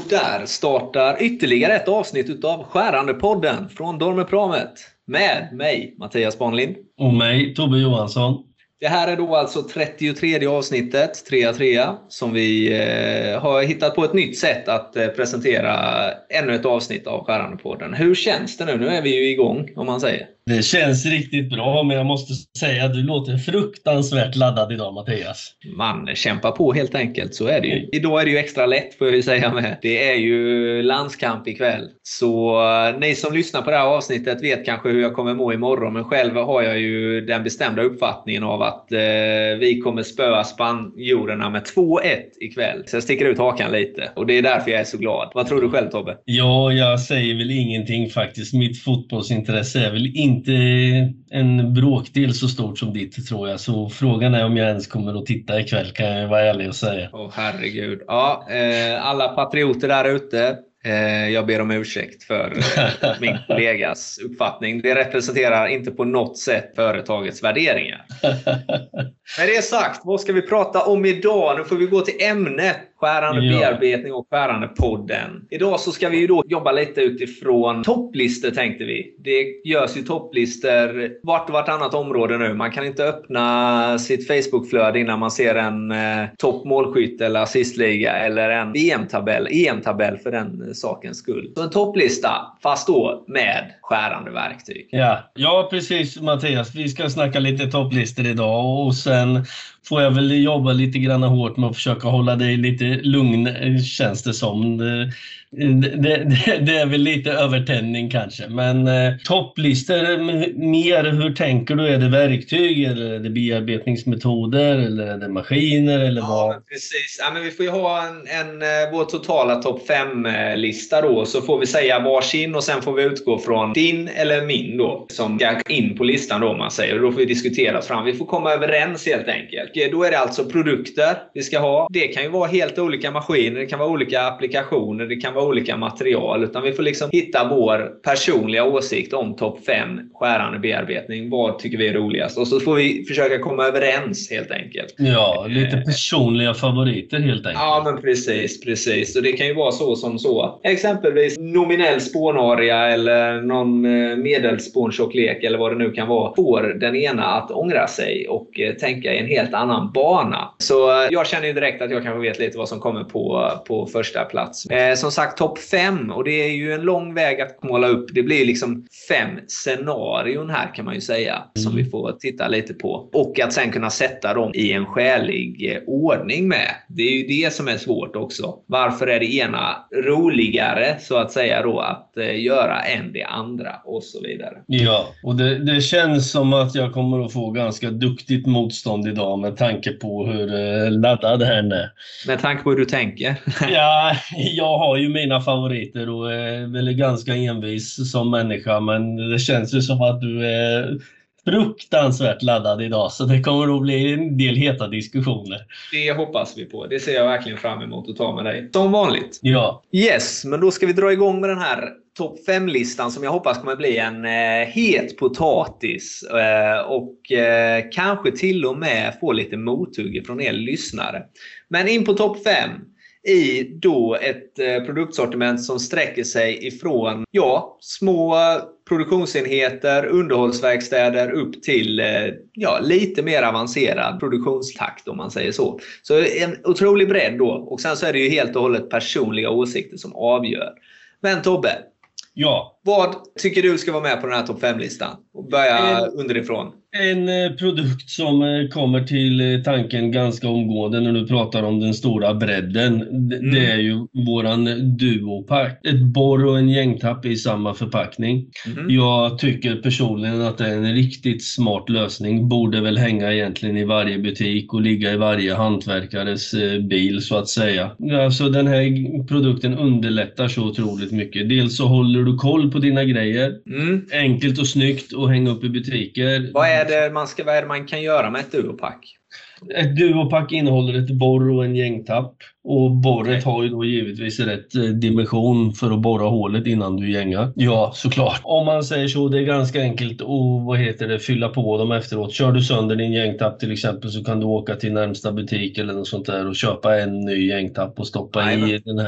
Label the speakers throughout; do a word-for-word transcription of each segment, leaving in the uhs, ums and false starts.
Speaker 1: Och där startar ytterligare ett avsnitt utav Skärande-podden från Dormepramet med mig, Mattias Bonlind.
Speaker 2: Och mig, Tobbe Johansson.
Speaker 1: Det här är då alltså trettiotredje avsnittet, trea trea, som vi eh, har hittat på ett nytt sätt att eh, presentera ännu ett avsnitt av Skärande-podden. Hur känns det nu? Nu är vi ju igång, om man säger.
Speaker 2: Det känns riktigt bra, men jag måste säga att du låter fruktansvärt laddad idag, Mattias.
Speaker 1: Man kämpar på helt enkelt, så är det ju. Idag är det ju extra lätt, får jag säga med. Det är ju landskamp ikväll. Så uh, ni som lyssnar på det här avsnittet vet kanske hur jag kommer må imorgon. Men själv har jag ju den bestämda uppfattningen av att uh, vi kommer spöa spanjorerna med två ett ikväll. Så jag sticker ut hakan lite. Och det är därför jag är så glad. Vad tror du själv, Tobbe?
Speaker 2: Ja, jag säger väl ingenting faktiskt. Mitt fotbollsintresse är väl inte en bråkdel så stort som ditt, tror jag. Så frågan är om jag ens kommer att titta ikväll, kan jag vara ärlig och säga.
Speaker 1: Åh, herregud. Ja, eh, alla patrioter där ute. Jag ber om ursäkt för min kollegas uppfattning. Det representerar inte på något sätt företagets värderingar. Med det sagt, vad ska vi prata om idag? Nu får vi gå till ämnet. Skärande
Speaker 2: ja.
Speaker 1: bearbetning och Skärande-podden. Idag så ska vi ju då jobba lite utifrån topplistor, tänkte vi. Det görs ju topplistor vart och vartannat område nu. Man kan inte öppna sitt Facebook-flöde innan man ser en eh, toppmålskytt eller assistliga eller en V M-tabell, E M-tabell för den sakens skull. Så en topplista, fast då med skärande verktyg.
Speaker 2: Ja, ja precis Mattias. Vi ska snacka lite topplistor idag och sen får jag väl jobba lite grann hårt med att försöka hålla dig lite lugn, känns det som. Det, det, det, det är väl lite övertändning kanske. Men eh, topplistor, mer hur tänker du? Är det verktyg eller är det bearbetningsmetoder eller är det maskiner? Eller
Speaker 1: ja,
Speaker 2: vad?
Speaker 1: Men precis. Ja, men vi får ju ha en, en, vår totala topp fem-lista då. Så får vi säga varsin och sen får vi utgå från din eller min då. Som ska in på listan då, om man säger. Och då får vi diskutera fram. Vi får komma överens helt enkelt. Då är det alltså produkter vi ska ha. Det kan ju vara helt olika maskiner, det kan vara olika applikationer, det kan vara olika material. Utan vi får liksom hitta vår personliga åsikt om topp fem skärande bearbetning. Vad tycker vi är roligast? Och så får vi försöka komma överens helt enkelt.
Speaker 2: Ja, lite personliga favoriter helt enkelt.
Speaker 1: Ja, men precis, precis. Och det kan ju vara så som så. Exempelvis nominell spånaria eller någon medelspåntjocklek eller vad det nu kan vara. Får den ena att ångra sig och tänka i en helt annan bana. Så jag känner ju direkt att jag kanske vet lite vad som kommer på, på första plats. Eh, som sagt, topp fem. Och det är ju en lång väg att måla upp. Det blir liksom fem scenarion här, kan man ju säga. Mm. Som vi får titta lite på. Och att sen kunna sätta dem i en skälig eh, ordning med. Det är ju det som är svårt också. Varför är det ena roligare, så att säga då, att eh, göra än det andra och så vidare.
Speaker 2: Ja, och det, det känns som att jag kommer att få ganska duktigt motstånd idag med tanke på hur eh, laddad den är.
Speaker 1: Med tanke på hur du tänker?
Speaker 2: Ja, jag har ju mina favoriter och är väl ganska envis som människa, men det känns ju som att du är fruktansvärt laddad idag, så det kommer att bli en del heta diskussioner.
Speaker 1: Det hoppas vi på. Det ser jag verkligen fram emot att ta med dig. Som vanligt.
Speaker 2: Ja.
Speaker 1: Yes, men då ska vi dra igång med den här topp fem-listan som jag hoppas kommer bli en eh, het potatis eh, och eh, kanske till och med få lite mothugg från er lyssnare. Men in på topp fem i då ett eh, produktsortiment som sträcker sig ifrån ja, små produktionsenheter, underhållsverkstäder upp till eh, ja, lite mer avancerad produktionstakt, om man säger så. Så en otrolig bredd då. Och sen så är det ju helt och hållet personliga åsikter som avgör. Men Tobbe,
Speaker 2: ja.
Speaker 1: Vad tycker du ska vara med på den här topp fem-listan? Och börja en, underifrån.
Speaker 2: En produkt som kommer till tanken ganska omgående när du pratar om den stora bredden. Mm. Det är ju våran duopack. Ett borr och en gängtapp i samma förpackning. Mm. Jag tycker personligen att det är en riktigt smart lösning. Borde väl hänga egentligen i varje butik och ligga i varje hantverkares bil, så att säga. Alltså den här produkten underlättar så otroligt mycket. Dels så håller du koll på dina grejer. Mm. Enkelt och snyggt att hänga upp i butiker.
Speaker 1: Vad är det man ska, vad är det man kan göra med ett duopack?
Speaker 2: Ett duopack innehåller ett borr och en gängtapp. Och borret har ju då givetvis rätt dimension för att borra hålet innan du gängar. Ja, såklart. Om man säger så, det är ganska enkelt att vad heter det, fylla på dem efteråt. Kör du sönder din gängtapp till exempel, så kan du åka till närmsta butik eller något sånt där och köpa en ny gängtapp och stoppa Nej, i men... den här.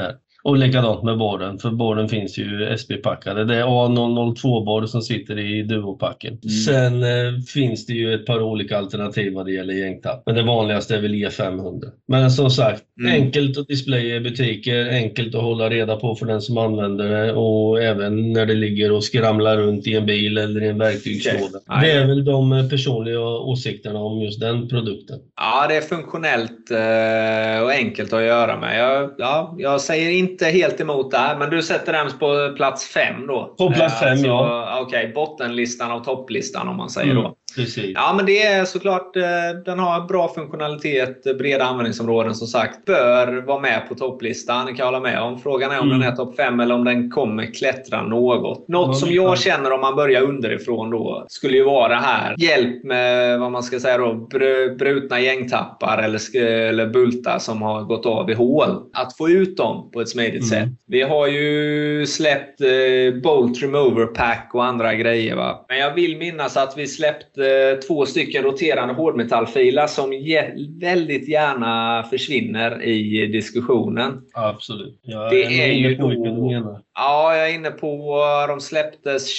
Speaker 2: Och likadant med borren, för borren finns ju S P-packade. Det är A noll noll två-borr som sitter i duopacken. Mm. Sen eh, finns det ju ett par olika alternativ vad det gäller gängtapp. Men det vanligaste är väl E femhundra. Men som sagt, mm. enkelt att displaya i butiker, enkelt att hålla reda på för den som använder det. Och även när det ligger och skramlar runt i en bil eller i en verktygslåda. Okay. Det är väl de personliga åsikterna om just den produkten.
Speaker 1: Ja, det är funktionellt eh, och enkelt att göra med. Jag, ja, jag säger inte helt emot det här, men du sätter den på plats fem då.
Speaker 2: På plats fem,
Speaker 1: alltså,
Speaker 2: ja.
Speaker 1: Okej, okay, bottenlistan av topplistan om man säger
Speaker 2: mm.
Speaker 1: då.
Speaker 2: Precis.
Speaker 1: Ja, men det är såklart, den har bra funktionalitet, breda användningsområden som sagt. Bör vara med på topplistan, kan jag hålla med om. Frågan är om mm. den är topp fem eller om den kommer klättra något. Något mm. som jag känner om man börjar underifrån då skulle ju vara det här. Hjälp med vad man ska säga då, br- brutna gängtappar eller, eller bultar som har gått av i hål. Att få ut dem på ett smidigt mm. sätt. Vi har ju släppt eh, Bolt Remover Pack och andra grejer va. Men jag vill minnas att vi släppte två stycken roterande hårdmetallfilar som ge- väldigt gärna försvinner i diskussionen.
Speaker 2: Absolut. Jag
Speaker 1: det
Speaker 2: är,
Speaker 1: är ju
Speaker 2: på
Speaker 1: då, ja, jag är inne på de släpptes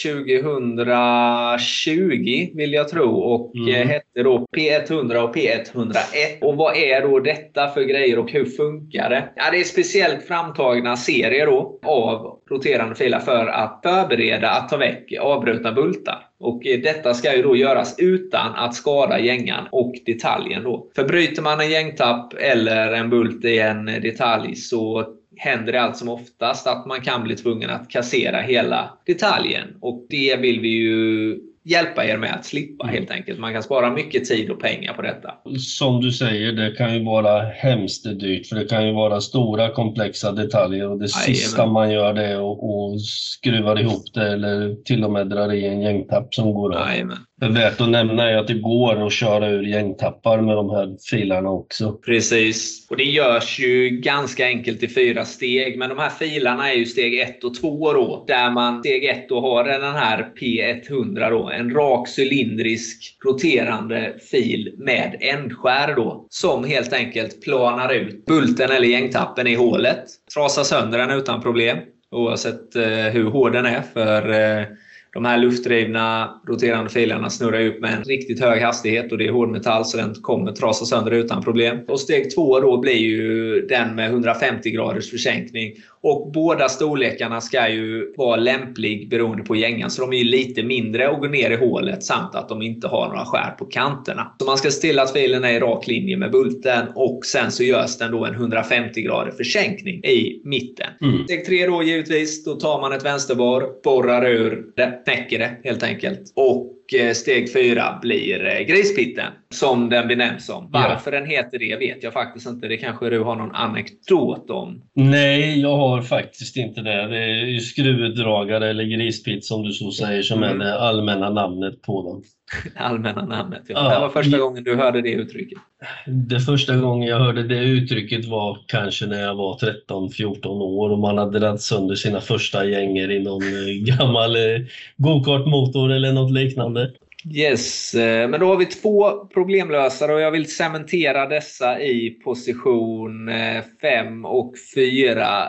Speaker 1: tjugohundratjugo vill jag tro och mm. hette då P etthundra och P etthundraett. Och vad är då detta för grejer och hur funkar det? Ja, det är speciellt framtagna serier då av roterande filar för att förbereda att ta väck avbrutna bultar. Och detta ska ju då göras utan att skada gängan och detaljen då. För bryter man en gängtapp eller en bult i en detalj så händer det allt som oftast att man kan bli tvungen att kassera hela detaljen. Och det vill vi ju hjälpa er med att slippa helt enkelt. Man kan spara mycket tid och pengar på detta.
Speaker 2: Som du säger, det kan ju vara hemskt dyrt för det kan ju vara stora komplexa detaljer och det Aj, sista men... man gör det är och, och skruvar ihop det eller till och med drar i en gängtapp som går av.
Speaker 1: Aj,
Speaker 2: det är värt att nämna är att det går att köra ur gängtappar med de här filarna också.
Speaker 1: Precis. Och det görs ju ganska enkelt i fyra steg. Men de här filarna är ju steg ett och två då. Där man steg ett då har den här P etthundra då. En rak cylindrisk roterande fil med ändskär då. Som helt enkelt planar ut bulten eller gängtappen i hålet. Trasar sönder den utan problem. Oavsett eh, hur hård den är för... Eh, De här luftdrivna roterande filerna snurrar upp med en riktigt hög hastighet och det är hårdmetall så den kommer trasa sönder utan problem. Och steg två då blir ju den med hundrafemtio graders försänkning. Och båda storlekarna ska ju vara lämplig beroende på gängan. Så de är ju lite mindre och går ner i hålet samt att de inte har några skär på kanterna. Så man ska stilla att filen är i rak linje med bulten och sen så görs den då en hundrafemtio grader försänkning i mitten. Mm. Steg tre då givetvis, då tar man ett vänsterborr, borrar ur det, knäcker det helt enkelt. Och steg fyra blir grispitten som den benämns som. Varför ja. den heter det vet jag faktiskt inte. Det kanske du har någon anekdot om.
Speaker 2: Nej, jag har faktiskt inte det. Det är ju skruvdragare eller grispitt som du så säger som mm. är det allmänna namnet på dem.
Speaker 1: Allmänna namnet, ja. ja. Det var första gången du hörde det uttrycket.
Speaker 2: Det första gången jag hörde det uttrycket var kanske när jag var tretton fjorton år och man hade dragit sönder sina första gänger i någon gammal go-kartmotor eller något liknande.
Speaker 1: Yes, men då har vi två problemlösare och jag vill cementera dessa i position fem och fyra.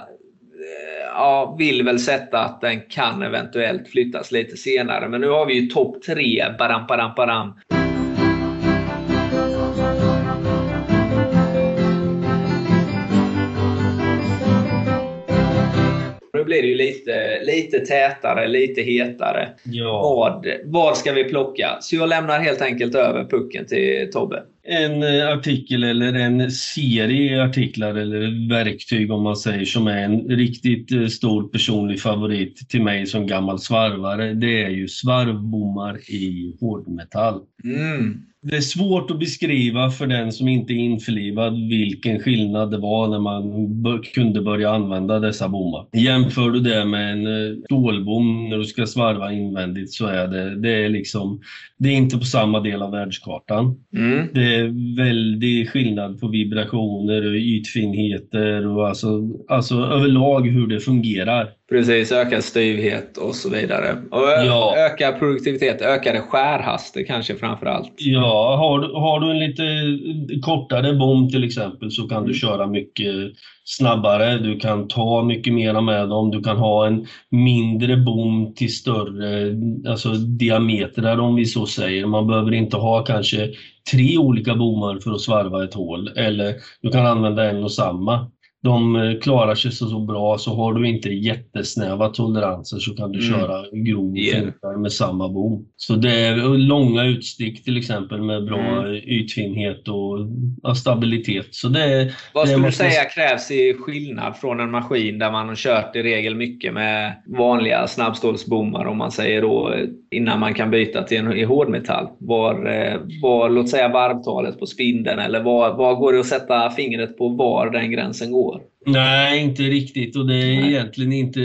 Speaker 1: Ja, vill väl sätta att den kan eventuellt flyttas lite senare. Men nu har vi ju topp tre. Badam, badam, badam. Nu blir det ju lite, lite tätare, lite hetare.
Speaker 2: Ja.
Speaker 1: Vad, vad ska vi plocka? Så jag lämnar helt enkelt över pucken till Tobbe.
Speaker 2: En artikel eller en serie artiklar eller verktyg om man säger som är en riktigt stor personlig favorit till mig som gammal svarvare. Det är ju svarvbommar i hårdmetall.
Speaker 1: Mm.
Speaker 2: Det är svårt att beskriva för den som inte är införlivad vilken skillnad det var när man kunde börja använda dessa bommar. Jämför du det med en stålbom när du ska svarva invändigt så är det, det är liksom, det är inte på samma del av världskartan.
Speaker 1: Mm.
Speaker 2: Det är väldigt skillnad på vibrationer och ytfinheter och alltså, alltså överlag hur det fungerar.
Speaker 1: Precis, ökad styvhet och så vidare. Och
Speaker 2: Ja.
Speaker 1: ökad produktivitet, ökade skärhaster kanske framförallt.
Speaker 2: Ja, har du, har du en lite kortare bom till exempel så kan
Speaker 1: Mm.
Speaker 2: du köra mycket snabbare. Du kan ta mycket mer med dem. Du kan ha en mindre bom till större, alltså diametrar om vi så säger. Man behöver inte ha kanske tre olika bommar för att svarva ett hål. Eller du kan använda en och samma. De klarar sig så, så bra, så har du inte jättesnäva toleranser så kan du
Speaker 1: Mm.
Speaker 2: köra grov
Speaker 1: Yeah.
Speaker 2: fintar med samma bom. Så det är långa utstick till exempel med bra
Speaker 1: Mm.
Speaker 2: ytfinhet och ja, stabilitet. Så det är,
Speaker 1: Vad
Speaker 2: det
Speaker 1: skulle du
Speaker 2: måste-
Speaker 1: säga krävs i skillnad från en maskin där man har kört i regel mycket med vanliga snabbstålsbommar, om man säger då, innan man kan byta till en i hårdmetall? Var, eh, var, låt säga varvtalet på spindeln, eller var, var går det att sätta fingret på var den gränsen går?
Speaker 2: Nej, inte riktigt, och det är
Speaker 1: Nej.
Speaker 2: egentligen inte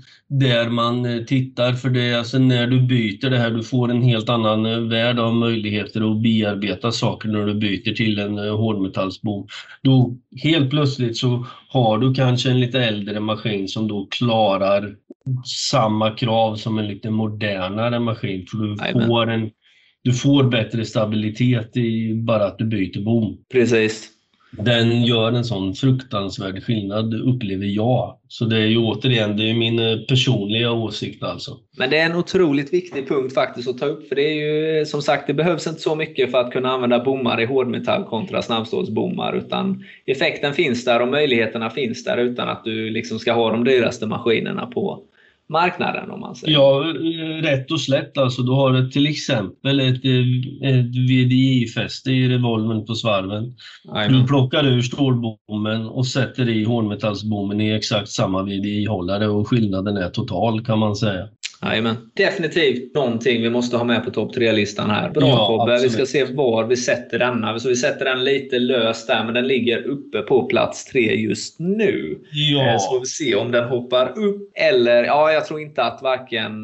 Speaker 2: där man eh, tittar, för det är alltså när du byter det här, du får en helt annan eh, värld av möjligheter att bearbeta saker när du byter till en eh, hårdmetallsbom. Då helt plötsligt så har du kanske en lite äldre maskin som då klarar samma krav som en lite modernare maskin, för du
Speaker 1: Jajamän.
Speaker 2: får en du får bättre stabilitet i bara att du byter bom.
Speaker 1: Precis.
Speaker 2: Den gör en sån fruktansvärd skillnad, upplever jag. Så det är ju återigen, det är min eh, personliga åsikt alltså.
Speaker 1: Men det är en otroligt viktig punkt faktiskt att ta upp, för det är ju som sagt, det behövs inte så mycket för att kunna använda bommar i hårdmetall kontra snabbstålsbommar, utan effekten finns där och möjligheterna finns där utan att du liksom ska ha de dyraste maskinerna på marknaden, om man säger.
Speaker 2: Ja, eh, rätt och slätt alltså. Du har ett, till exempel ett, eh, ett V D I-fäste i revolvern på svarven.
Speaker 1: Jajamän.
Speaker 2: Du plockar ur stålbommen och sätter i hårdmetallsbommen i exakt samma V D I-hållare, och skillnaden är total, kan man säga.
Speaker 1: Jajamän. Definitivt någonting vi måste ha med på topp tre-listan här. Bra
Speaker 2: Ja,
Speaker 1: Tobbe, vi
Speaker 2: absolut.
Speaker 1: ska se var vi sätter denna. Så vi sätter den lite löst där, men den ligger uppe på plats tre just nu. Eh,
Speaker 2: Ja,
Speaker 1: Så får vi se om den hoppar upp. Eller, ja, jag tror inte att varken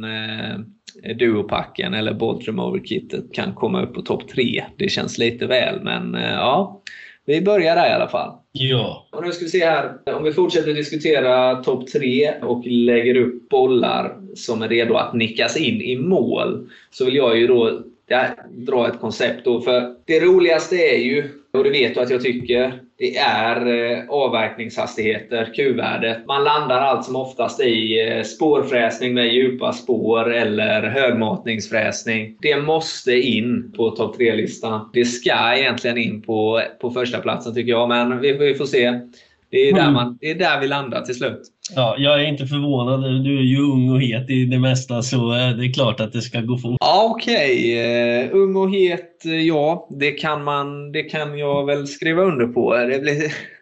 Speaker 1: eh, Duopacken eller Bolt Remover Kittet kan komma upp på topp tre. Det känns lite väl, men eh, ja, vi börjar där i alla fall.
Speaker 2: ja.
Speaker 1: Och nu ska vi se här, om vi fortsätter diskutera topp tre och lägger upp bollar som är redo att nickas in i mål, så vill jag ju då ja, dra ett koncept då. För det roligaste är ju, och det vet du att jag tycker, det är eh, avverkningshastigheter, Q-värdet. Man landar allt som oftast i eh, spårfräsning med djupa spår eller högmatningsfräsning. Det måste in på topp tre-listan. Det ska egentligen in på, på första platsen tycker jag, men vi, vi får se. Det är, där man, det är där vi landar till slut.
Speaker 2: Ja, jag är inte förvånad. Du är ju ung och het i det mesta, så eh, det är klart att det ska gå fort.
Speaker 1: Ja, okej. Uh, ung och het, uh, ja. Det kan, man, det kan jag väl skriva under på. Det blir...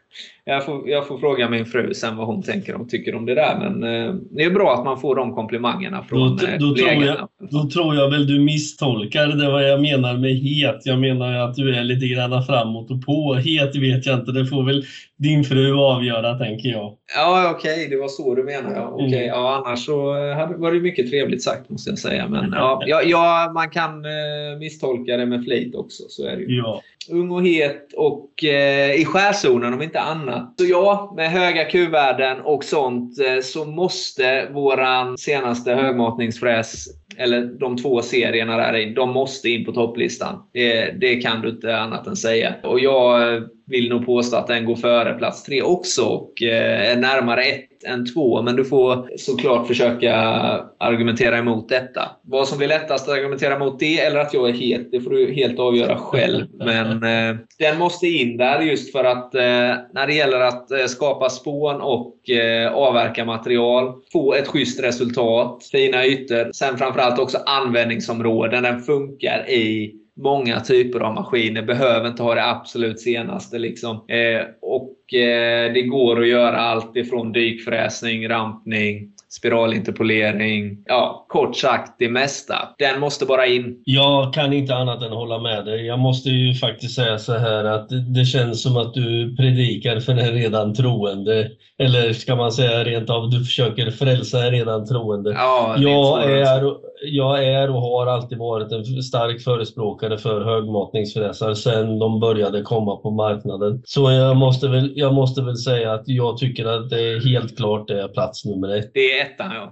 Speaker 1: Jag får, jag får fråga min fru sen vad hon tänker och tycker om det där. Men eh, det är bra att man får de komplimangerna från
Speaker 2: Då,
Speaker 1: eh,
Speaker 2: då, tror
Speaker 1: kollegorna.
Speaker 2: jag, då tror jag väl du misstolkar det vad jag menar med het. Jag menar att du är lite grann framåt och på. Het vet jag inte, det får väl din fru avgöra, tänker jag.
Speaker 1: Ja, okej. Det var så du menar. Ja. Okej,
Speaker 2: Mm.
Speaker 1: ja, annars så eh, hade, var det mycket trevligt sagt, måste jag säga. Men ja, ja, ja man kan eh, misstolka det med flit också. Så är det ju.
Speaker 2: Ja.
Speaker 1: Ung och het och eh, i skärzonen om inte annat. Så ja, med höga Q-värden och sånt eh, så måste våran senaste högmatningsfräs, eller de två serierna där in, de måste in på topplistan. Det, det kan du inte annat än säga. Och jag vill nog påstå att den går före plats tre också och eh, är närmare ett än två. Men du får såklart försöka argumentera emot detta. Vad som blir lättast att argumentera emot det eller att jag är het, det får du helt avgöra själv. Men eh, den måste in där just för att eh, när det gäller att eh, skapa spån och eh, avverka material, få ett schysst resultat, fina ytor, sen framförallt också användningsområden. Den funkar i många typer av maskiner, behöver inte ha det absolut senaste liksom. Eh, och eh, det går att göra allt ifrån dykfräsning, rampning, spiralinterpolering, ja, kort sagt det mesta. Den måste bara in.
Speaker 2: Jag kan inte annat än hålla med dig. Jag måste ju faktiskt säga så här att det känns som att du predikar för en redan troende. Eller ska man säga rent av, du försöker frälsa en redan troende.
Speaker 1: Ja, det
Speaker 2: Jag
Speaker 1: tror jag.
Speaker 2: är, jag är och har alltid varit en stark förespråkare för högmatningsfräsar sedan de började komma på marknaden. Så jag måste väl, jag måste väl säga att jag tycker att det är helt klart det är plats nummer ett.
Speaker 1: Det är ettan, ja.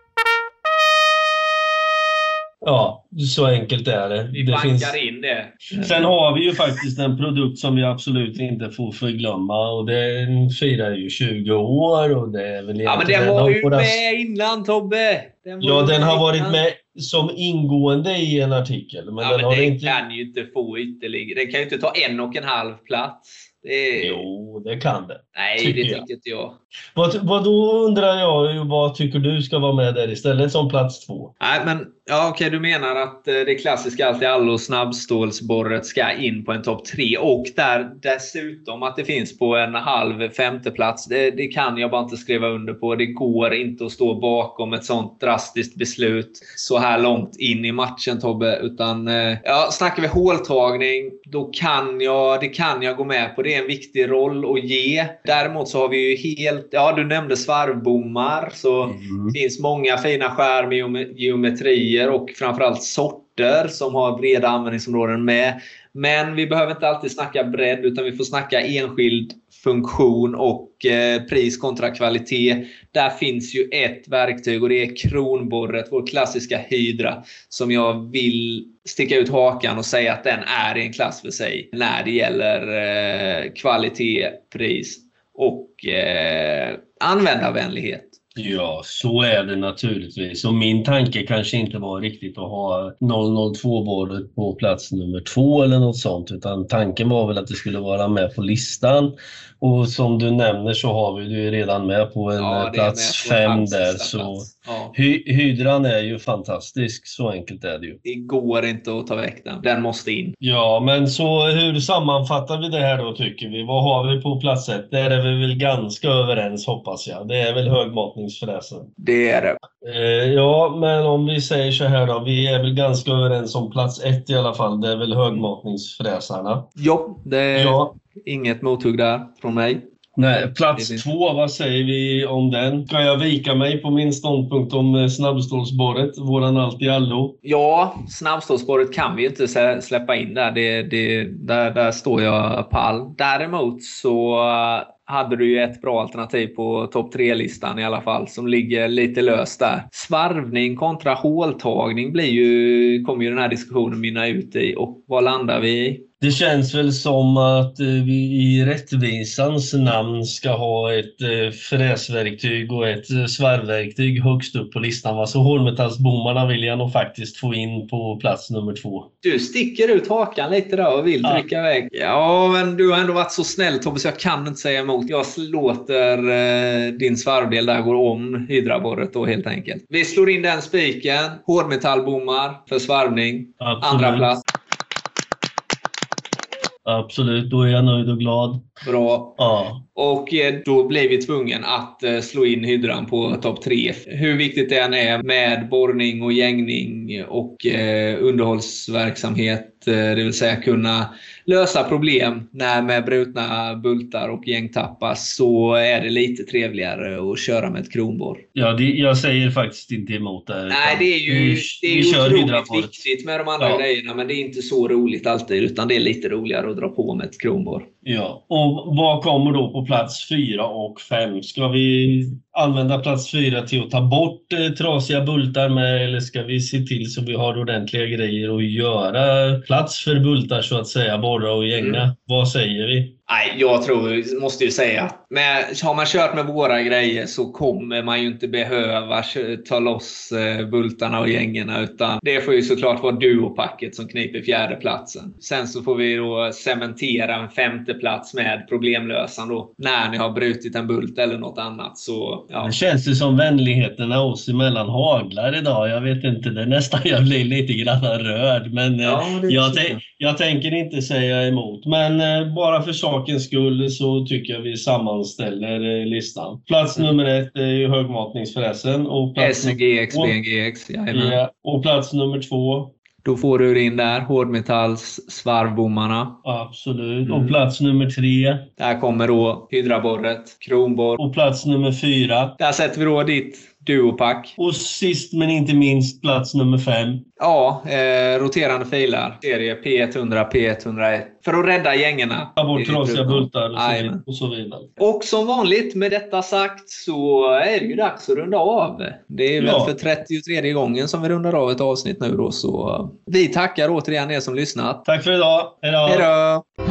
Speaker 2: Ja, så enkelt är det.
Speaker 1: Vi
Speaker 2: det
Speaker 1: bankar
Speaker 2: finns...
Speaker 1: in det.
Speaker 2: Sen har vi ju faktiskt en produkt som vi absolut inte får förglömma, och den firar ju tjugo år, och det är väl
Speaker 1: Ja, men den var ju
Speaker 2: våra...
Speaker 1: med innan, Tobbe!
Speaker 2: Den ja, den har varit innan. Med som ingående i en artikel. Men
Speaker 1: ja,
Speaker 2: den,
Speaker 1: men
Speaker 2: har
Speaker 1: den
Speaker 2: inte...
Speaker 1: kan ju inte få ytterligare. Den kan ju inte ta en och en halv plats. Det...
Speaker 2: Jo, det kan det.
Speaker 1: Nej,
Speaker 2: tycker
Speaker 1: det
Speaker 2: jag.
Speaker 1: tycker inte jag.
Speaker 2: Vad, vad då undrar jag, vad tycker du ska vara med där istället som plats två?
Speaker 1: Nej, men ja, okej, du menar att det klassiska allt i allo snabbstålsborret ska in på en topp tre, och där dessutom att det finns på en halv femteplats. Det, det kan jag bara inte skriva under på. Det går inte att stå bakom ett sånt drastiskt beslut så här långt in i matchen, Tobbe, utan ja, snackar vi håltagning, då kan jag, det kan jag gå med på. Det är en viktig roll att ge. Däremot så har vi ju helt, ja, du nämnde svarvbommar, så mm. det finns många fina skärmgeometrier och framförallt sorter som har breda användningsområden med. Men vi behöver inte alltid snacka bredd, utan vi får snacka enskild funktion och eh, pris kontra kvalitet. Där finns ju ett verktyg, och det är kronborret, vår klassiska hydra, som jag vill sticka ut hakan och säga att den är i en klass för sig när det gäller eh, kvalitet, pris och eh, användarvänlighet.
Speaker 2: Ja, så är det naturligtvis. Och min tanke kanske inte var riktigt att ha noll noll två-bordet på plats nummer två eller något sånt, utan tanken var väl att det skulle vara med på listan. Och som du nämner så har vi ju redan med på en ja, plats på fem där. Så ja. hy- hydran är ju fantastisk, så enkelt är det ju.
Speaker 1: Det går inte att ta väck den. Den måste in.
Speaker 2: Ja, men så hur sammanfattar vi det här då, tycker vi? Vad har vi på plats ett? Där är vi väl ganska överens, hoppas jag. Det är väl högmatningsfräsen.
Speaker 1: Det är det.
Speaker 2: Eh, ja, men om vi säger så här då. Vi är väl ganska överens om plats ett i alla fall. Det är väl högmatningsfräsarna.
Speaker 1: Jo, det är ja. Inget mothugg där från mig.
Speaker 2: Nej, plats två, vad säger vi om den? Ska jag vika mig på min ståndpunkt om snabbstålsborret, våran allt i allo?
Speaker 1: Ja, snabbstålsborret kan vi inte släppa in där. Det, det, där. Där står jag pall. Däremot så hade du ju ett bra alternativ på topp tre-listan i alla fall, som ligger lite löst där. Svarvning kontra håltagning blir ju, kommer ju den här diskussionen mynna ut i, och vad landar vi i?
Speaker 2: Det känns väl som att vi i rättvisans namn ska ha ett fräsverktyg och ett svarvverktyg högst upp på listan. Va? Så hårdmetallsbommarna vill jag nog faktiskt få in på plats nummer två.
Speaker 1: Du sticker ut hakan lite då och vill trycka ja. väg. Ja, men du har ändå varit så snäll, Tobbe, så jag kan inte säga emot. Jag låter eh, din svarvdel där gå om hydraborret då helt enkelt. Vi slår in den spiken. Hårdmetallbommar för svarvning.
Speaker 2: Absolut.
Speaker 1: Andra plats.
Speaker 2: Absolut, då är jag nöjd och glad.
Speaker 1: Bra.
Speaker 2: Ja.
Speaker 1: Och då blir vi tvungen att slå in hydran på topp tre. Hur viktigt det än är med borrning och gängning och eh, underhållsverksamhet, det vill säga kunna lösa problem när med brutna bultar och gängtappas, så är det lite trevligare att köra med ett kronborr.
Speaker 2: Ja, det, jag säger faktiskt inte emot det.
Speaker 1: Nej, det är ju,
Speaker 2: vi,
Speaker 1: det är ju otroligt viktigt med de andra ja. grejerna, men det är inte så roligt alltid, utan det är lite roligare att dra på med ett kronborr.
Speaker 2: Ja, och vad kommer då på plats fyra och fem? Ska vi använda plats fyra till att ta bort eh, trasiga bultar med, eller ska vi se till så vi har ordentliga grejer att göra plats för bultar så att säga, borra och gänga? Mm. Vad säger vi?
Speaker 1: Nej, jag tror, måste ju säga, men har man kört med våra grejer så kommer man ju inte behöva ta loss bultarna och gängerna, utan det får ju såklart vara duopacket som kniper fjärde platsen. Sen så får vi då cementera en femte plats med problemlösaren då, när ni har brutit en bult eller något annat. Så, ja.
Speaker 2: Det känns ju som vänligheterna oss emellan haglar idag. Jag vet inte, det är nästan jag blir lite grann rörd, men ja, jag, t- jag tänker inte säga emot. Men eh, bara för sakens skull så tycker jag vi sammanställer eh, listan. Plats mm. nummer ett är ju högmatningsfräsen. Och plats
Speaker 1: S G X, B G X,
Speaker 2: ja, och plats nummer två.
Speaker 1: Då får du in där hårdmetalls svarvbommarna.
Speaker 2: Absolut. Mm. Och plats nummer tre.
Speaker 1: Där kommer då hydraborret, kronborr.
Speaker 2: Och plats nummer fyra.
Speaker 1: Där sätter vi då ditt Duopack.
Speaker 2: Och sist men inte minst plats nummer fem.
Speaker 1: Ja, eh, roterande filar. Serie P hundra, P hundraett. För att rädda gängerna.
Speaker 2: Ta bort trasiga bultar och så,
Speaker 1: Amen.
Speaker 2: vidare, och så vidare.
Speaker 1: Och som vanligt med detta sagt så är det ju dags att runda av. Det är väl
Speaker 2: Ja.
Speaker 1: för trettiotredje gången som vi rundar av ett avsnitt nu då. Så vi tackar återigen er som lyssnat.
Speaker 2: Tack för idag. Hej då.
Speaker 1: Hej då!